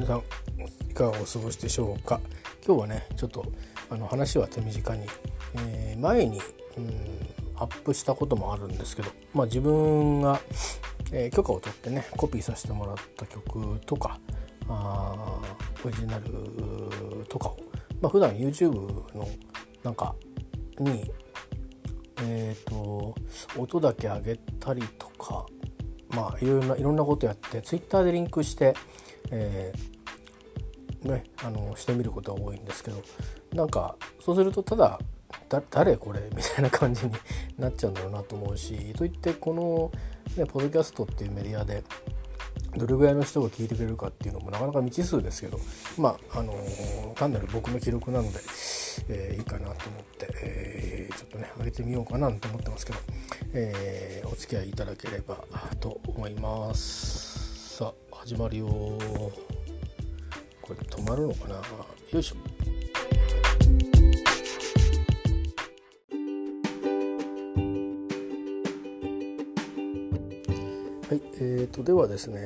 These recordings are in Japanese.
皆さんいかがお過ごしでしょうか。今日はねちょっと話は手短に、前にアップしたこともあるんですけど、自分が、許可を取ってねコピーさせてもらった曲とかオリジナルとかを、普段 YouTube のなんかに音だけ上げたりとかいろんなことやってツイッターでリンクして、してみることが多いんですけど、なんかそうするとただ誰これみたいな感じになっちゃうんだろうなと思うし、といってこの、ポッドキャストっていうメディアでどれぐらいの人が聞いてくれるかっていうのもなかなか未知数ですけど、単なる僕の記録なので、いいかなと思って、ちょっとね上げてみようかなと思ってますけど、お付き合いいただければと思います。さあ始まるよ。これ止まるのかな。よいしょ。はい、ではですね、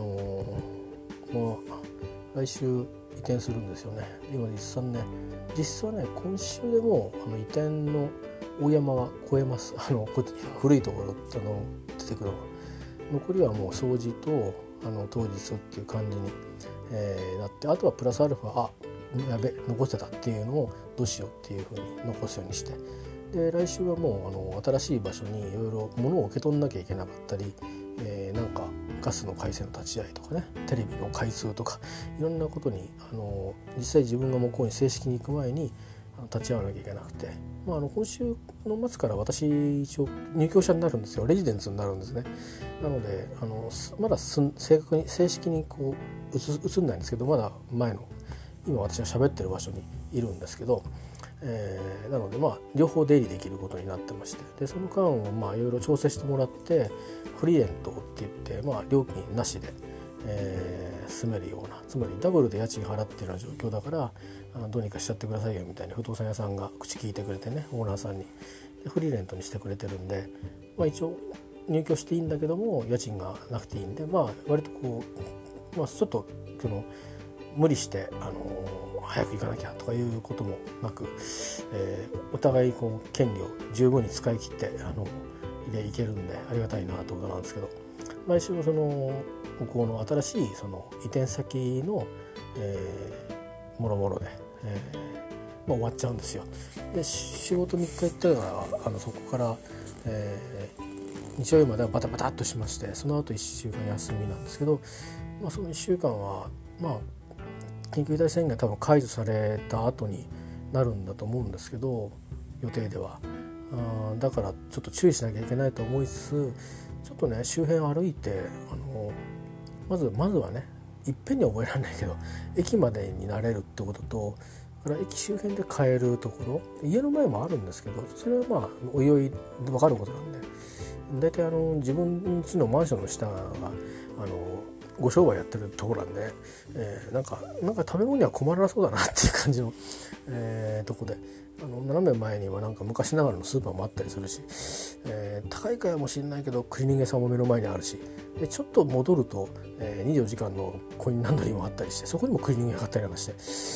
来週移転するんですよね。今実際ね今週でも移転の大山は越えます。こっち古いところ出てくるのは残りはもう掃除と当日っていう感じに、なって、あとはプラスアルファやべ残してたっていうのをどうしようっていう風に残すようにして、で来週はもう新しい場所にいろいろ物を受け取んなきゃいけなかったり、なんかガスの回線の立ち会いとかね、テレビの開通とかいろんなことに実際自分が向こうに正式に行く前に立ち会わなきゃいけなくて、今週の末から私一応入居者になるんですよ。レジデンツになるんですね。なのでまだ正式にこう移んないんですけど、まだ前の今私が喋ってる場所にいるんですけど、なので両方出入りできることになってまして、でその間をいろいろ調整してもらって、フリーレントって言って、料金なしで、住めるような、つまりダブルで家賃払ってるような状況だからどうにかしちゃってくださいよみたいに不動産屋さんが口聞いてくれてね、オーナーさんにでフリーレントにしてくれてるんで、一応入居していいんだけども家賃がなくていいんで、割とこう、ちょっと無理して早く行かなきゃとかいうこともなく、お互いこう権利を十分に使い切っていけるんでありがたいなということなんですけど、毎週向こうの新しい移転先のもろもろで、終わっちゃうんですよ。で仕事3日行ってからそこから、日曜日まではバタバタっとしまして、その後1週間休みなんですけど、その1週間は緊急事態宣言が多分解除された後になるんだと思うんですけど、予定ではだからちょっと注意しなきゃいけないと思いつつ、ちょっとね周辺歩いてまずはね、いっぺんには覚えられないけど駅までに慣れるってことと、から駅周辺で買えるところ、家の前もあるんですけど、それはおいおい分かることなんで、大体自分家のマンションの下がご商売やってるところなんで、なんか食べ物には困らなそうだなっていう感じの、とこで、斜め前にはなんか昔ながらのスーパーもあったりするし、高いかもしれないけどクリーニング屋さんも目の前にあるし、でちょっと戻ると、24時間のコインランドリーもあったりして、そこにもクリーニング屋があったりなんかして、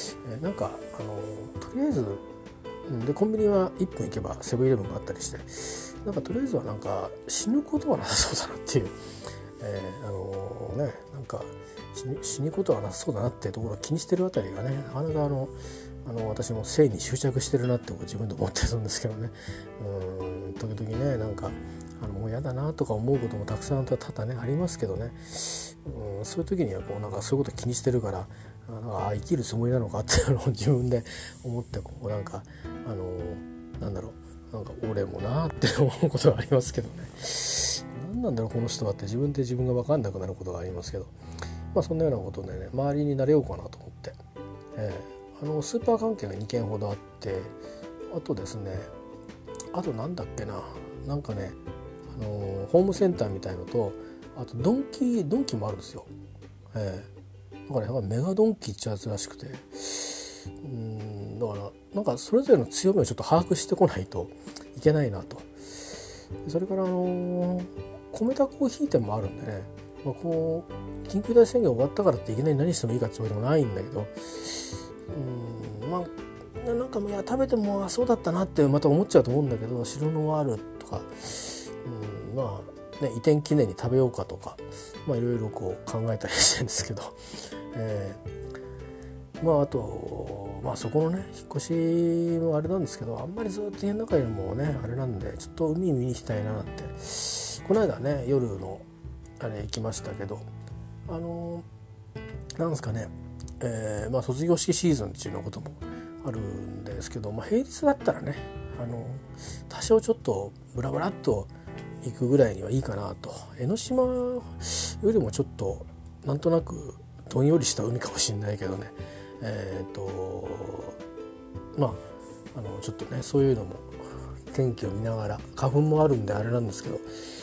とりあえずでコンビニは1分行けばセブンイレブンがあったりして、とりあえずは死ぬことはなさそうだなっていう、死ぬことはなさそうだなっていうところを気にしてるあたりがね、なかなか私も性に執着してるなって自分で思ってるんですけどね、時々ねもう嫌だなとか思うこともたくさん多々ねありますけどね、そういう時にはそういうこと気にしてるから生きるつもりなのかっていうのを自分で思って俺もなって思うことがありますけどね、何なんだろうこの人はって自分が分かんなくなることがありますけど、そんなようなことでね周りになれようかなと思って、スーパー関係が2軒ほどあって、あとですね、なんだっけな、ホームセンターみたいのと、あとドンキもあるんですよ。だからメガドンキってやつらしくて、だからそれぞれの強みをちょっと把握してこないといけないなと。それから米田コーヒー店もあるんでね、 こう緊急事態宣言終わったからっていきなり何してもいいかってわけでもないんだけど、なんかいや食べてもそうだったなってまた思っちゃうと思うんだけど、白ノワールとか、移転記念に食べようかとか、いろいろこう考えたりしてるんですけど、あとそこのね引っ越しもあれなんですけど、あんまりずっと家の中よりもねあれなんで、ちょっと海見に行きたいなって、この間ね夜のあれ行きましたけど、なんですかね、卒業式シーズンっていうようなこともあるんですけど、平日だったらね多少ちょっとブラブラっと行くぐらいにはいいかなと。江ノ島よりもちょっとなんとなくどんよりした海かもしれないけどね、ちょっとねそういうのも天気を見ながら、花粉もあるんであれなんですけど、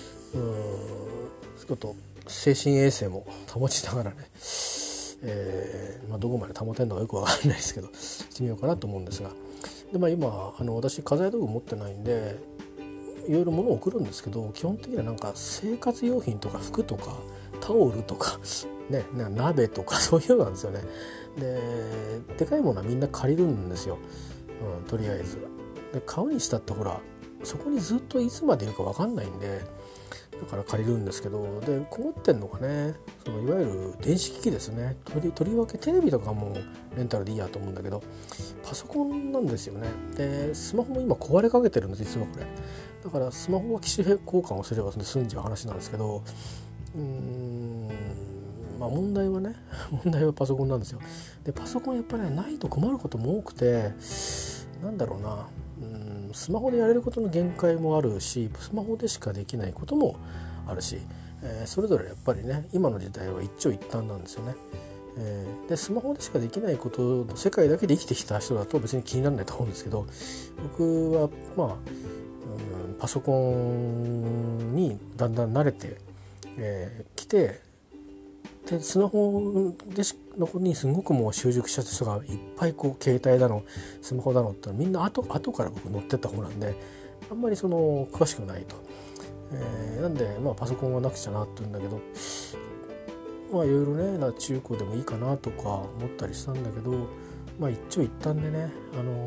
ちょっと精神衛生も保ちながらね、どこまで保てるのかよくわかんないですけどしてみようかなと思うんですが、で、今私家財道具持ってないんでいろいろ物を送るんですけど、基本的にはなんか生活用品とか服とかタオルとかね、鍋とかそういうのなんですよね。でかいものはみんな借りるんですよ、とりあえず。で買うにしたってほらそこにずっといつまでいるか分かんないんで、だから借りるんですけど、で困ってんのがね、そのいわゆる電子機器ですね。とりわけテレビとかもレンタルでいいやと思うんだけど、パソコンなんですよね。でスマホも今壊れかけてるんです、実はこれ。だからスマホは機種交換をすれば済んじゃう話なんですけど、問題はパソコンなんですよ。でパソコンやっぱりないと困ることも多くて、なんだろうな、スマホでやれることの限界もあるし、スマホでしかできないこともあるし、それぞれやっぱりね今の時代は一長一短なんですよね。でスマホでしかできないことの世界だけで生きてきた人だと別に気にならないと思うんですけど、僕はパソコンにだんだん慣れてきて、でスマホの方にすごくもう習熟した人がいっぱいこう携帯だのスマホだのってみんな後から僕乗ってった方なんで、あんまりその詳しくないと、なんでパソコンはなくちゃなって言うんだけど、いろいろね中古でもいいかなとか思ったりしたんだけど、一長一短でね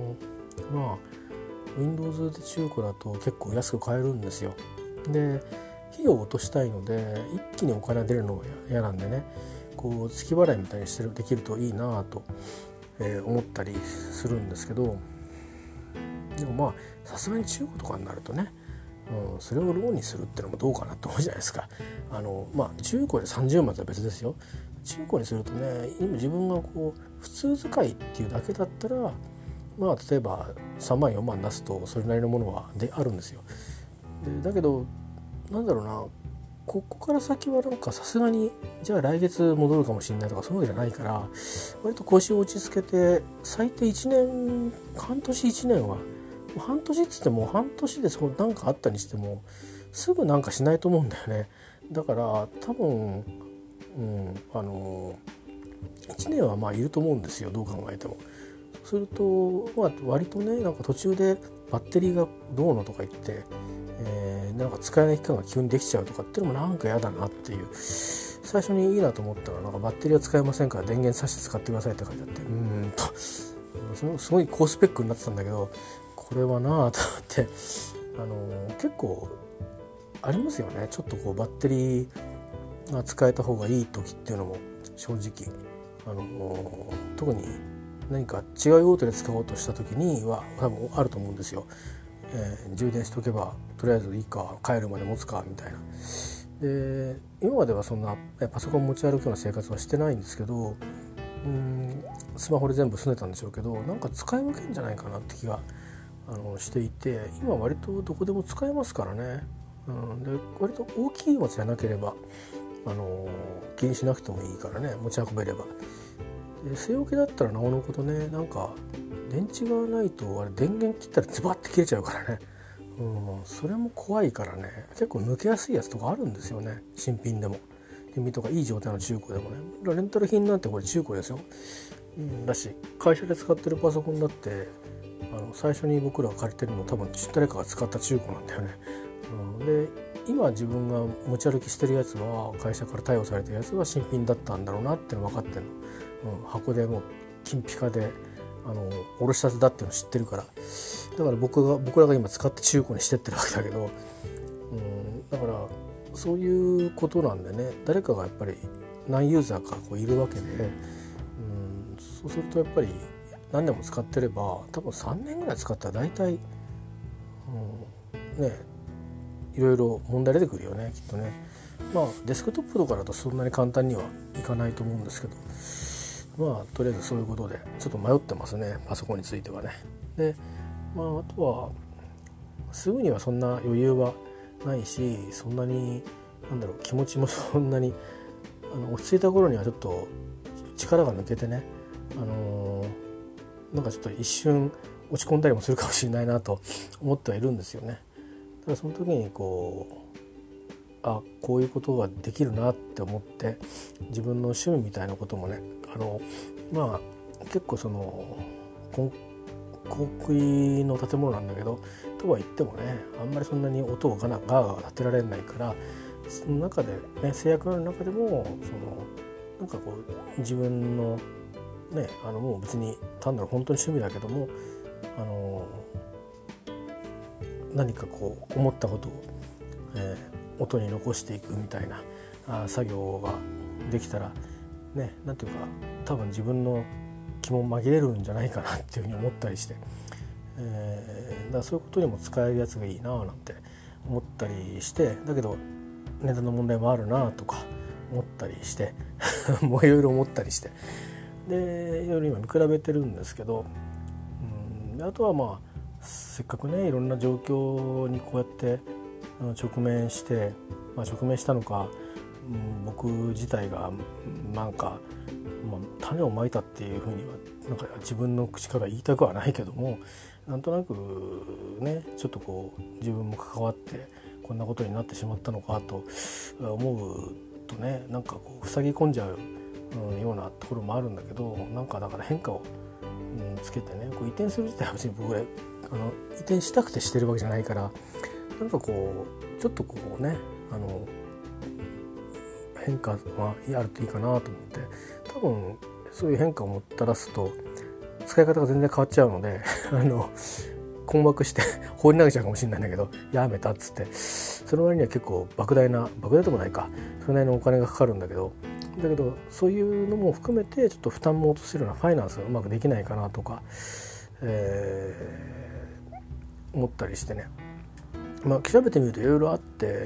Windows で中古だと結構安く買えるんですよ。で費用を落としたいので一気にお金が出るのが嫌なんでね、こう月払いみたいにできるといいなと、思ったりするんですけど、でもさすがに中古とかになるとね、それをローンにするってのもどうかなと思うじゃないですか。中古で30万は別ですよ。中古にするとね、今自分がこう普通使いっていうだけだったら例えば3万4万出すとそれなりのものはあるんですよ。だけどなんだろうな、ここから先はなんかさすがにじゃあ来月戻るかもしれないとかそういうわけじゃないから、割と腰を落ち着けて最低1年半年1年は、半年っつっても半年でそうなんかあったにしてもすぐなんかしないと思うんだよね。だから多分、1年はいると思うんですよ、どう考えても。そうすると割とねなんか途中でバッテリーがどうのとか言ってなんか使えない期間が急にできちゃうとかっていうのもなんか嫌だなっていう。最初にいいなと思ったのはなんかバッテリーは使えませんから電源さして使ってくださいって書いてあって、すごい高スペックになってたんだけど、これはなぁと思って結構ありますよね。ちょっとこうバッテリーが使えた方がいい時っていうのも正直特に何か違う用途で使おうとした時には多分あると思うんですよ。充電しとけばとりあえずいいか、帰るまで持つかみたいな。で今まではそんなパソコン持ち歩くような生活はしてないんですけど、スマホで全部済んでたんでしょうけど、なんか使い分けるんじゃないかなって気がしていて、今割とどこでも使えますからね。で割と大きい荷物じゃなければ気にしなくてもいいからね、持ち運べれば。で据え置きだったらなおのことね、なんか電池がないとあれ電源切ったらズバッて切れちゃうからね、それも怖いからね、結構抜けやすいやつとかあるんですよね、新品でも。新品とかいい状態の中古でもね。レンタル品なんてこれ中古ですよ。だし会社で使ってるパソコンだって最初に僕らが借りてるの多分誰かが使った中古なんだよね。 で今自分が持ち歩きしてるやつは会社から逮捕されたやつは新品だったんだろうなっていうの分かってるの、箱でもう金ピカでおろしたてだっていうの知ってるから、だから僕らが今使って中古にしてってるわけだけど、だからそういうことなんでね、誰かがやっぱり何ユーザーかこういるわけで、そうするとやっぱり何年も使ってれば多分3年ぐらい使ったら大体、ねいろいろ問題出てくるよねきっとね。まあデスクトップとかだとそんなに簡単にはいかないと思うんですけど、まあとりあえずそういうことでちょっと迷ってますね、パソコンについてはね。でまああとはすぐにはそんな余裕はないし、そんなに気持ちもそんなに落ち着いた頃にはちょっと力が抜けてね、なんかちょっと一瞬落ち込んだりもするかもしれないなと思ってはいるんですよね。だからその時にこういうことができるなって思って、自分の趣味みたいなこともね、まあ結構そのコンクリの建物なんだけど、とは言ってもねあんまりそんなに音をガーガー立てられないから、その中でね制約の中でもなんかこう自分のねもう別に単なる本当に趣味だけども何かこう思ったことを、音に残していくみたいな作業ができたらね、なんていうか多分自分の気も紛れるんじゃないかなっていうふうに思ったりして、だからそういうことにも使えるやつがいいななんて思ったりして、だけど値段の問題もあるなとか思ったりしてもういろいろ思ったりして、でいろいろ今見比べてるんですけど、あとはまあせっかくねいろんな状況にこうやって直面して、直面したのか、僕自体がなんか、種をまいたっていうふうにはなんか自分の口から言いたくはないけども、なんとなくねちょっとこう自分も関わってこんなことになってしまったのかと思うとね、なんかこう塞ぎ込んじゃうようなところもあるんだけど、なんかだから変化をつけてね、こう移転する自体は別に僕ら移転したくてしてるわけじゃないから、なんかこうちょっとこうね変化はあるといいかなと思って、多分そういう変化をもたらすと使い方が全然変わっちゃうので困惑して放り投げちゃうかもしれないんだけど、やめたっつって、その割には結構莫大でもないか、それなりのお金がかかるんだけどそういうのも含めてちょっと負担も落とせるようなファイナンスがうまくできないかなとか、思ったりしてね、調べてみるといろいろあって、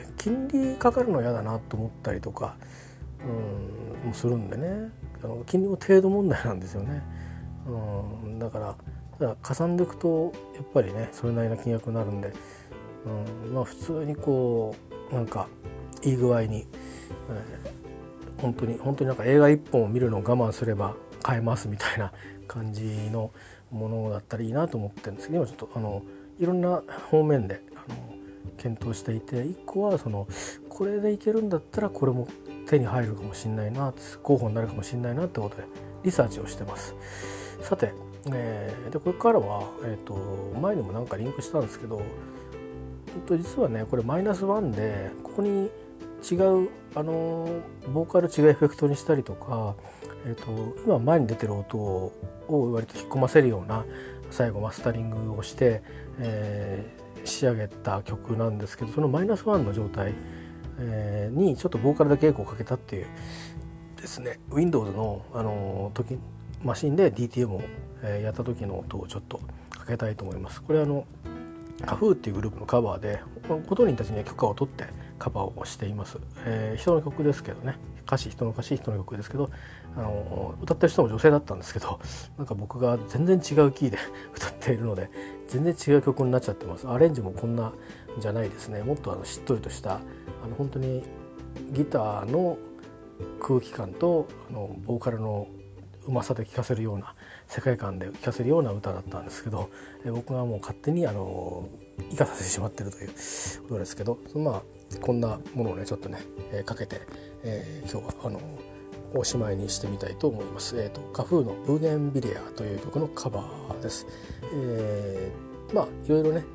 金利かかるの嫌だなと思ったりとかもするんでね、金利も程度問題なんですよね。だからかさんでいくとやっぱりねそれなりの金額になるんで、普通にこうなんかいい具合に、本当になんか映画一本を見るのを我慢すれば買えますみたいな感じのものだったらいいなと思ってるんですけど、今ちょっといろんな方面で検討していて、一個はこれでいけるんだったらこれも手に入るかもしれないな、候補になるかもしれないなってことでリサーチをしてます。さて、でこれからは、前にもなんかリンクしたんですけど、実はねこれ-1でここに違うボーカル違うエフェクトにしたりとか、今前に出てる音を割と引っ込ませるような最後マスタリングをして、仕上げた曲なんですけど、その-1の状態、にちょっとボーカルだけエコーをかけたっていうですね、 Windows の、マシンで DTM を、やった時の音をちょっとかけたいと思います。これカフーっていうグループのカバーで、ご当人たちには許可を取ってカバーをしています。人の曲ですけどね、人の歌詞人の曲ですけど、歌ってる人も女性だったんですけど、なんか僕が全然違うキーで歌っているので全然違う曲になっちゃってます。アレンジもこんなじゃないですね。もっとしっとりとした本当にギターの空気感とボーカルのうまさで聴かせるような世界観で聴かせるような歌だったんですけど、僕がもう勝手に生かさせてしまってるということですけど、こんなものをねちょっとね、かけて、今日はおしまいにしてみたいと思います。カフーのブーゲンビリアという曲のカバーです。いろいろね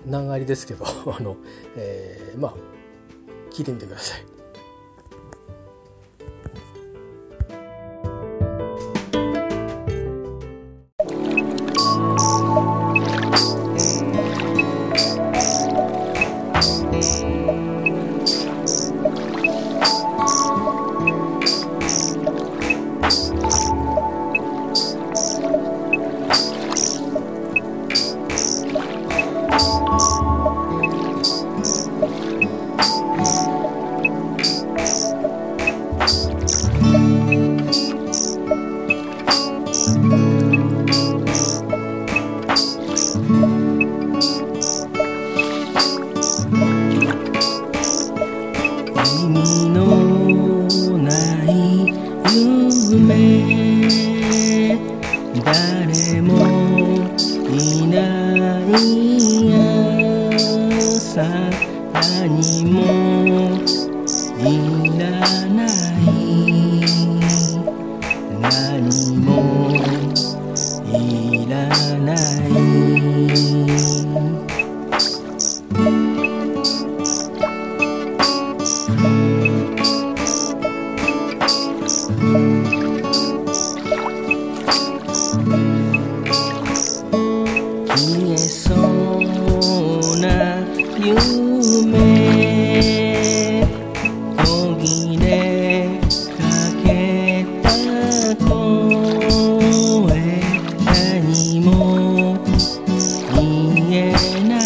難ありですけどまあ聞いてみてください。 意味のない夢、誰もいない朝、何もいらない、何もいらない。消えそうな夢、途切れかけた声、何も言えない、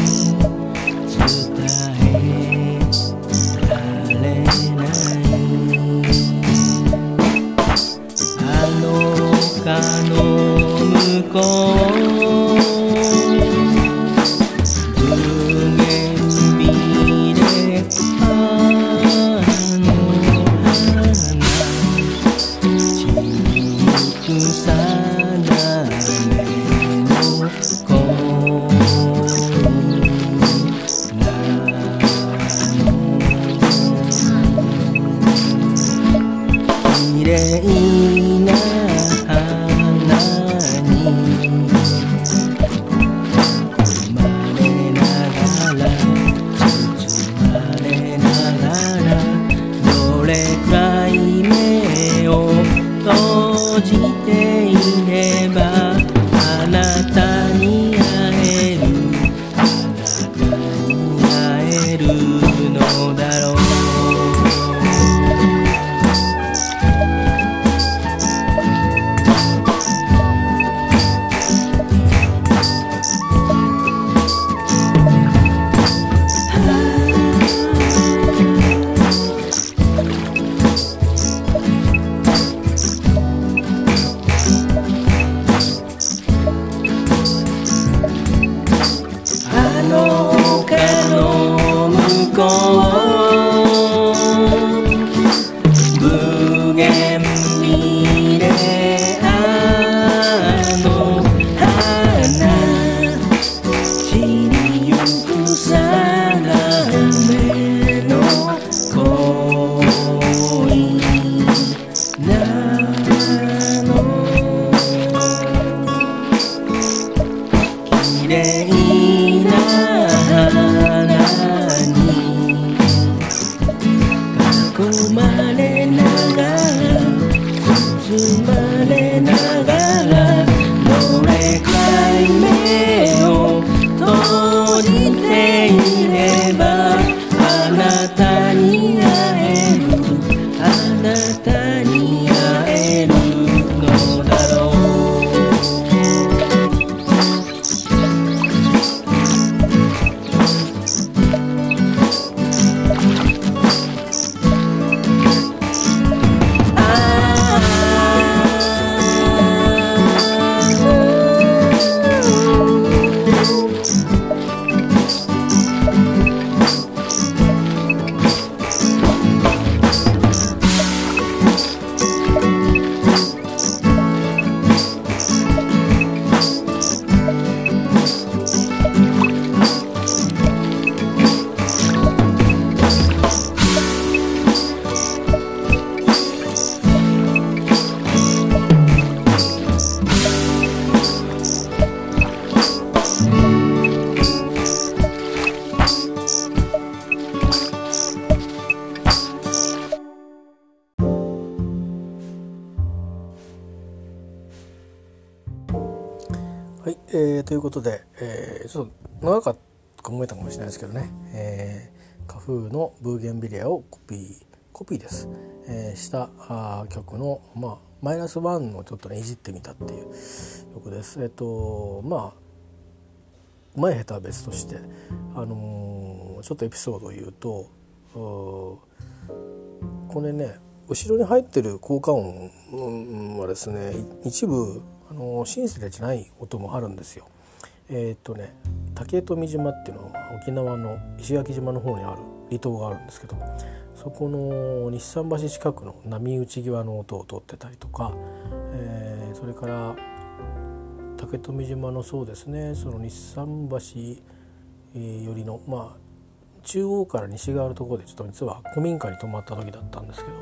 伝えられない。あの丘の向こう、無限美であの花、散りゆく定めの恋なの、綺麗な閉じていればあなたに会える、あなたに会えるのだろう。あの丘の向こう、無限美であの花、散りゆく定めの恋なの、綺麗な花に囲まれながら、包まれながら、どれくらい目を閉じていればあなたに会える、あなたに会えるのだろう。 ということで、ちょっと長かったか思えたかもしれないですけどね、カフーのブーゲンビリアをコピーです、した曲の、マイナスワンをちょっとねいじってみたっていう曲です。前下手は別として、ちょっとエピソードを言うと、これね後ろに入ってる効果音はですね一部シンセじゃない音もあるんですよ。竹富島っていうのは沖縄の石垣島の方にある離島があるんですけど、そこの日産橋近くの波打ち際の音を取ってたりとか、それから竹富島のそうですねその日産橋よりの中央から西側のところでちょっと実は古民家に泊まった時だったんですけど、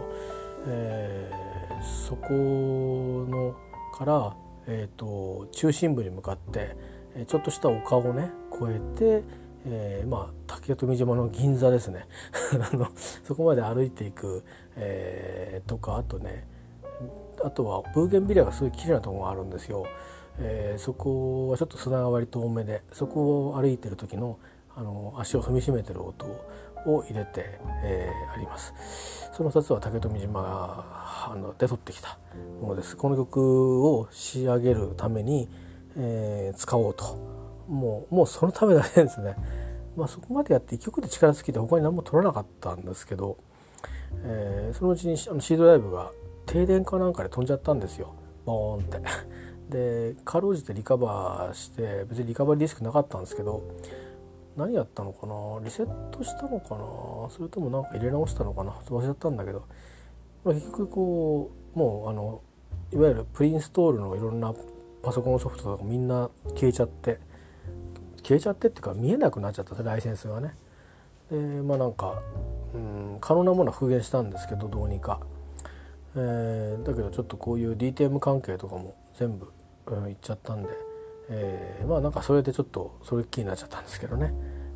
そこのから、中心部に向かってちょっとした丘をね越えて、竹富島の銀座ですねそこまで歩いていく、とかあとはブーゲンビリアがすごい綺麗なところがあるんですよ。そこはちょっと砂が割と多めで、そこを歩いてる時の足を踏みしめてる音を入れて、あります。その2つは竹富島が出取ってきたものです。この曲を仕上げるために、使おうともうそのためだけですね。そこまでやって1曲で力尽きて他に何も取らなかったんですけど、そのうちにシードライブが停電かなんかで飛んじゃったんですよ、ボーンってでかろうじてリカバーして、別にリカバリーリスクなかったんですけど、何やったのかな、リセットしたのかな、それともなんか入れ直したのかな、忘れちゃったんだけど、結局こうもういわゆるプリインストールのいろんなパソコンソフトとかみんな消えちゃってっていうか見えなくなっちゃったライセンスがね。でなんか、可能なものは復元したんですけどどうにか、だけどちょっとこういう DTM 関係とかも全部、いっちゃったんで、なんかそれでちょっとそれっきりになっちゃったんですけどね、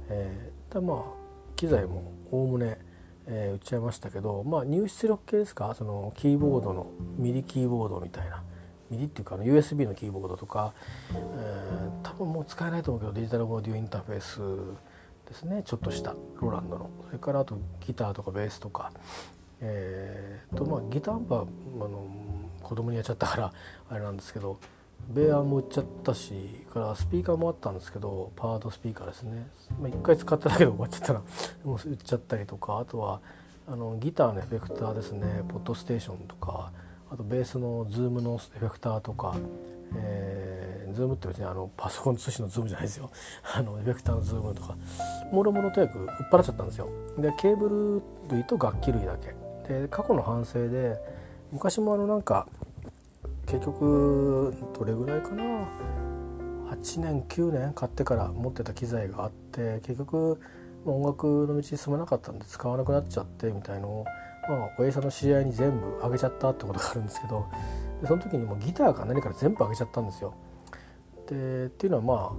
機材もおおむね、売っちゃいましたけど、入出力系ですか、そのキーボードのミディキーボードみたいな、ミディっていうかUSB のキーボードとか、多分もう使えないと思うけどデジタルオーディオインターフェースですね、ちょっとしたローランドの、それからあとギターとかベースとか、ギターアンプは子供にやっちゃったからあれなんですけど、ベアも売っちゃったし、からスピーカーもあったんですけどパワードスピーカーですね、1回使っただけで終わっちゃったらもう売っちゃったりとか、あとはギターのエフェクターですね、ポッドステーションとか、あとベースのズームのエフェクターとか、ズームって別にパソコン通信のズームじゃないですよエフェクターのズームとかもろもろとにかく売っ払っちゃったんですよ。でケーブル類と楽器類だけで、過去の反省で昔もなんか結局どれぐらいかな、8年9年買ってから持ってた機材があって、結局音楽の道に進まなかったんで使わなくなっちゃってみたいのを、おやさんの知り合いに全部あげちゃったってことがあるんですけど、でその時にもうギターか何から全部あげちゃったんですよ。でっていうのは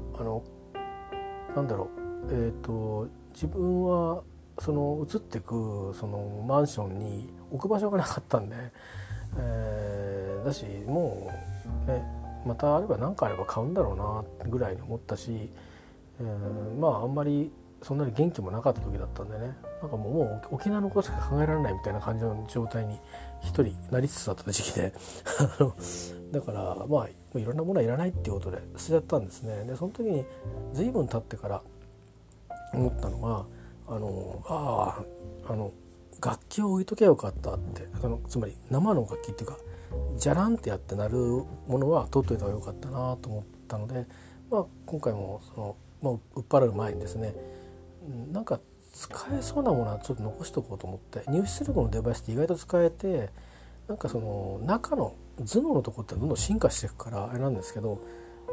自分はその移っていくそのマンションに置く場所がなかったんで、だしもうねまたあれば何かあれば買うんだろうなぐらいに思ったし、あんまりそんなに元気もなかった時だったんでね、なんかもう沖縄のことしか考えられないみたいな感じの状態に一人なりつつあった時期でだからいろんなものはいらないっていうことで捨てちゃったんですね。でその時に随分経ってから思ったのが楽器を置いとけばよかったって、つまり生の楽器っていうかジャランってやって鳴るものは取っといた方がよかったなと思ったので、今回も売っ払う前にですね、なんか使えそうなものはちょっと残しとこうと思って、入出力のデバイスって意外と使えて、なんかその中の頭脳のところってどんどん進化していくからあれなんですけど、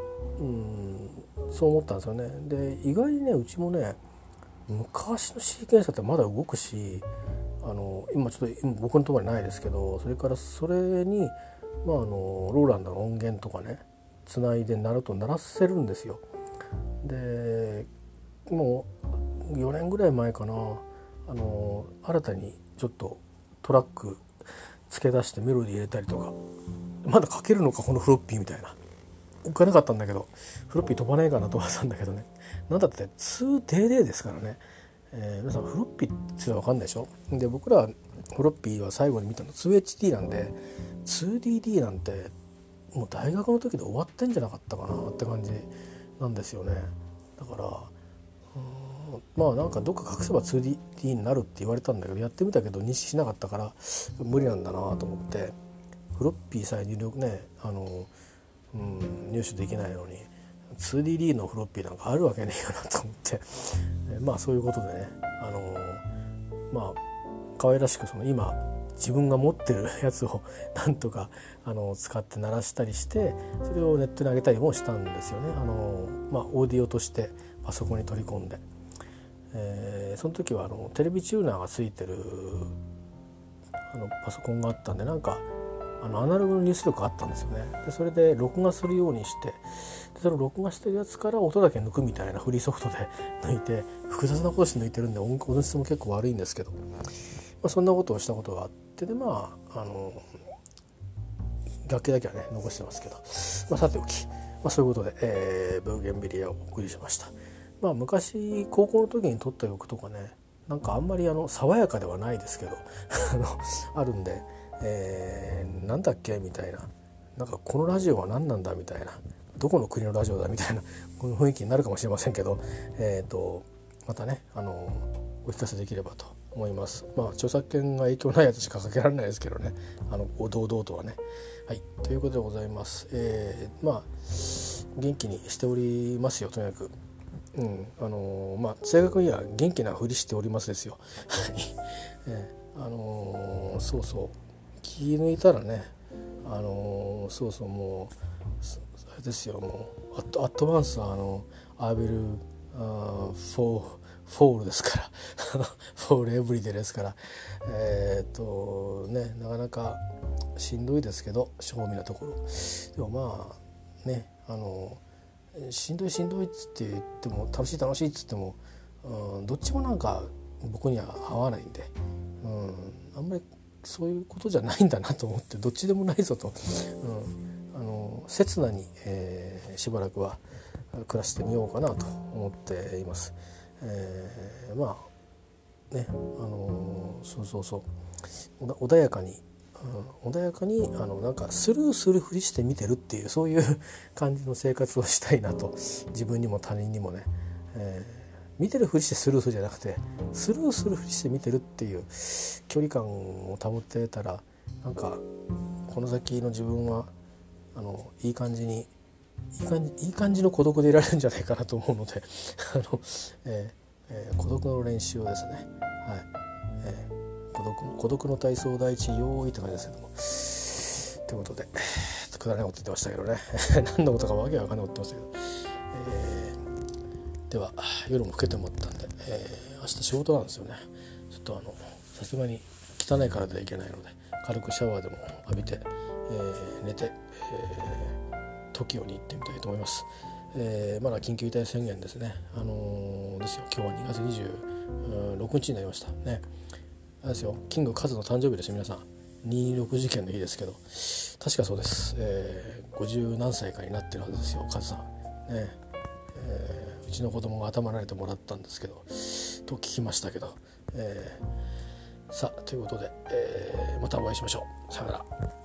そう思ったんですよね。で意外にねうちもね昔のシーケンサーってまだ動くし、今僕のところにないですけど、それからそれに、ローランドの音源とかねつないで鳴ると鳴らせるんですよ。でもう4年ぐらい前かな、新たにちょっとトラック付け出してメロディー入れたりとか、まだ書けるのかこのフロッピーみたいな置かなかったんだけど、フロッピー飛ばないかなと思ったんだけどね、なんだって 2DD ですからね、皆さんフロッピーって分かんないでしょ。で僕らフロッピーは最後に見たの 2HD なんで、 2DD なんてもう大学の時で終わってんじゃなかったかなって感じなんですよね。だからまあなんかどっか隠せば 2D になるって言われたんだけど、やってみたけど認識しなかったから無理なんだなと思って、フロッピーさえ入力ね入手できないのに 2DD のフロッピーなんかあるわけねえよなと思ってまあそういうことでね、まあ可愛らしくその今自分が持ってるやつをなんとか使って鳴らしたりして、それをネットに上げたりもしたんですよね。オーディオとしてパソコンに取り込んで、その時はテレビチューナーがついてるパソコンがあったんで、なんかアナログの入出力があったんですよね。でそれで録画するようにして、でその録画してるやつから音だけ抜くみたいなフリーソフトで抜いて、複雑なことして抜いてるんで音質も結構悪いんですけど、そんなことをしたことがあって、で楽器だけはね残してますけど、さておき、そういうことで、ブーゲンビリアをお送りしました。昔高校の時に撮った曲とかね、なんかあんまり爽やかではないですけどあるんで、なんだっけみたいな、なんかこのラジオは何なんだみたいな、どこの国のラジオだみたいなこの雰囲気になるかもしれませんけど、またねお聞かせできればと思います。著作権が影響ないやつしかかけられないですけどね、堂々とはね。はい、ということでございます。元気にしておりますよ、とにかく。正確には元気なふりしておりますですよ。そうそう、気抜いたらね、もうあれですよ、もうアットワンスI will fall ですからfall every day ですから、なかなかしんどいですけど、正味なところでもしんどいっつって言っても、楽しいっつっても、どっちもなんか僕には合わないんで、あんまりそういうことじゃないんだなと思って、どっちでもないぞと、刹那に、しばらくは暮らしてみようかなと思っています。穏やかになんかスルーするふりして見てるっていう、そういう感じの生活をしたいなと、自分にも他人にもね、見てるふりしてスルーするじゃなくて、スルーするふりして見てるっていう距離感を保ってたら、なんかこの先の自分はいい感じの孤独でいられるんじゃないかなと思うので孤独の練習をですね、孤独の体操第一用意って感じですけども、ということでくだらないこと言ってましたけどね何のことかわけわかんないこと言ってましたけど、では夜も更けてもったんで、明日仕事なんですよね。ちょっとさすがに汚い体でいけないので、軽くシャワーでも浴びて、寝て、TOKIOに行ってみたいと思います。まだ緊急事態宣言ですね。ですよ、今日は2月26日になりましたね。あれですよ、キングカズの誕生日ですよ、皆さん。226事件の日ですけど、確かそうです。50何歳かになってるはずですよ、カズさんね。うちの子供が頭撫でてもらったんですけどと聞きましたけど、さあということで、またお会いしましょう。さよなら。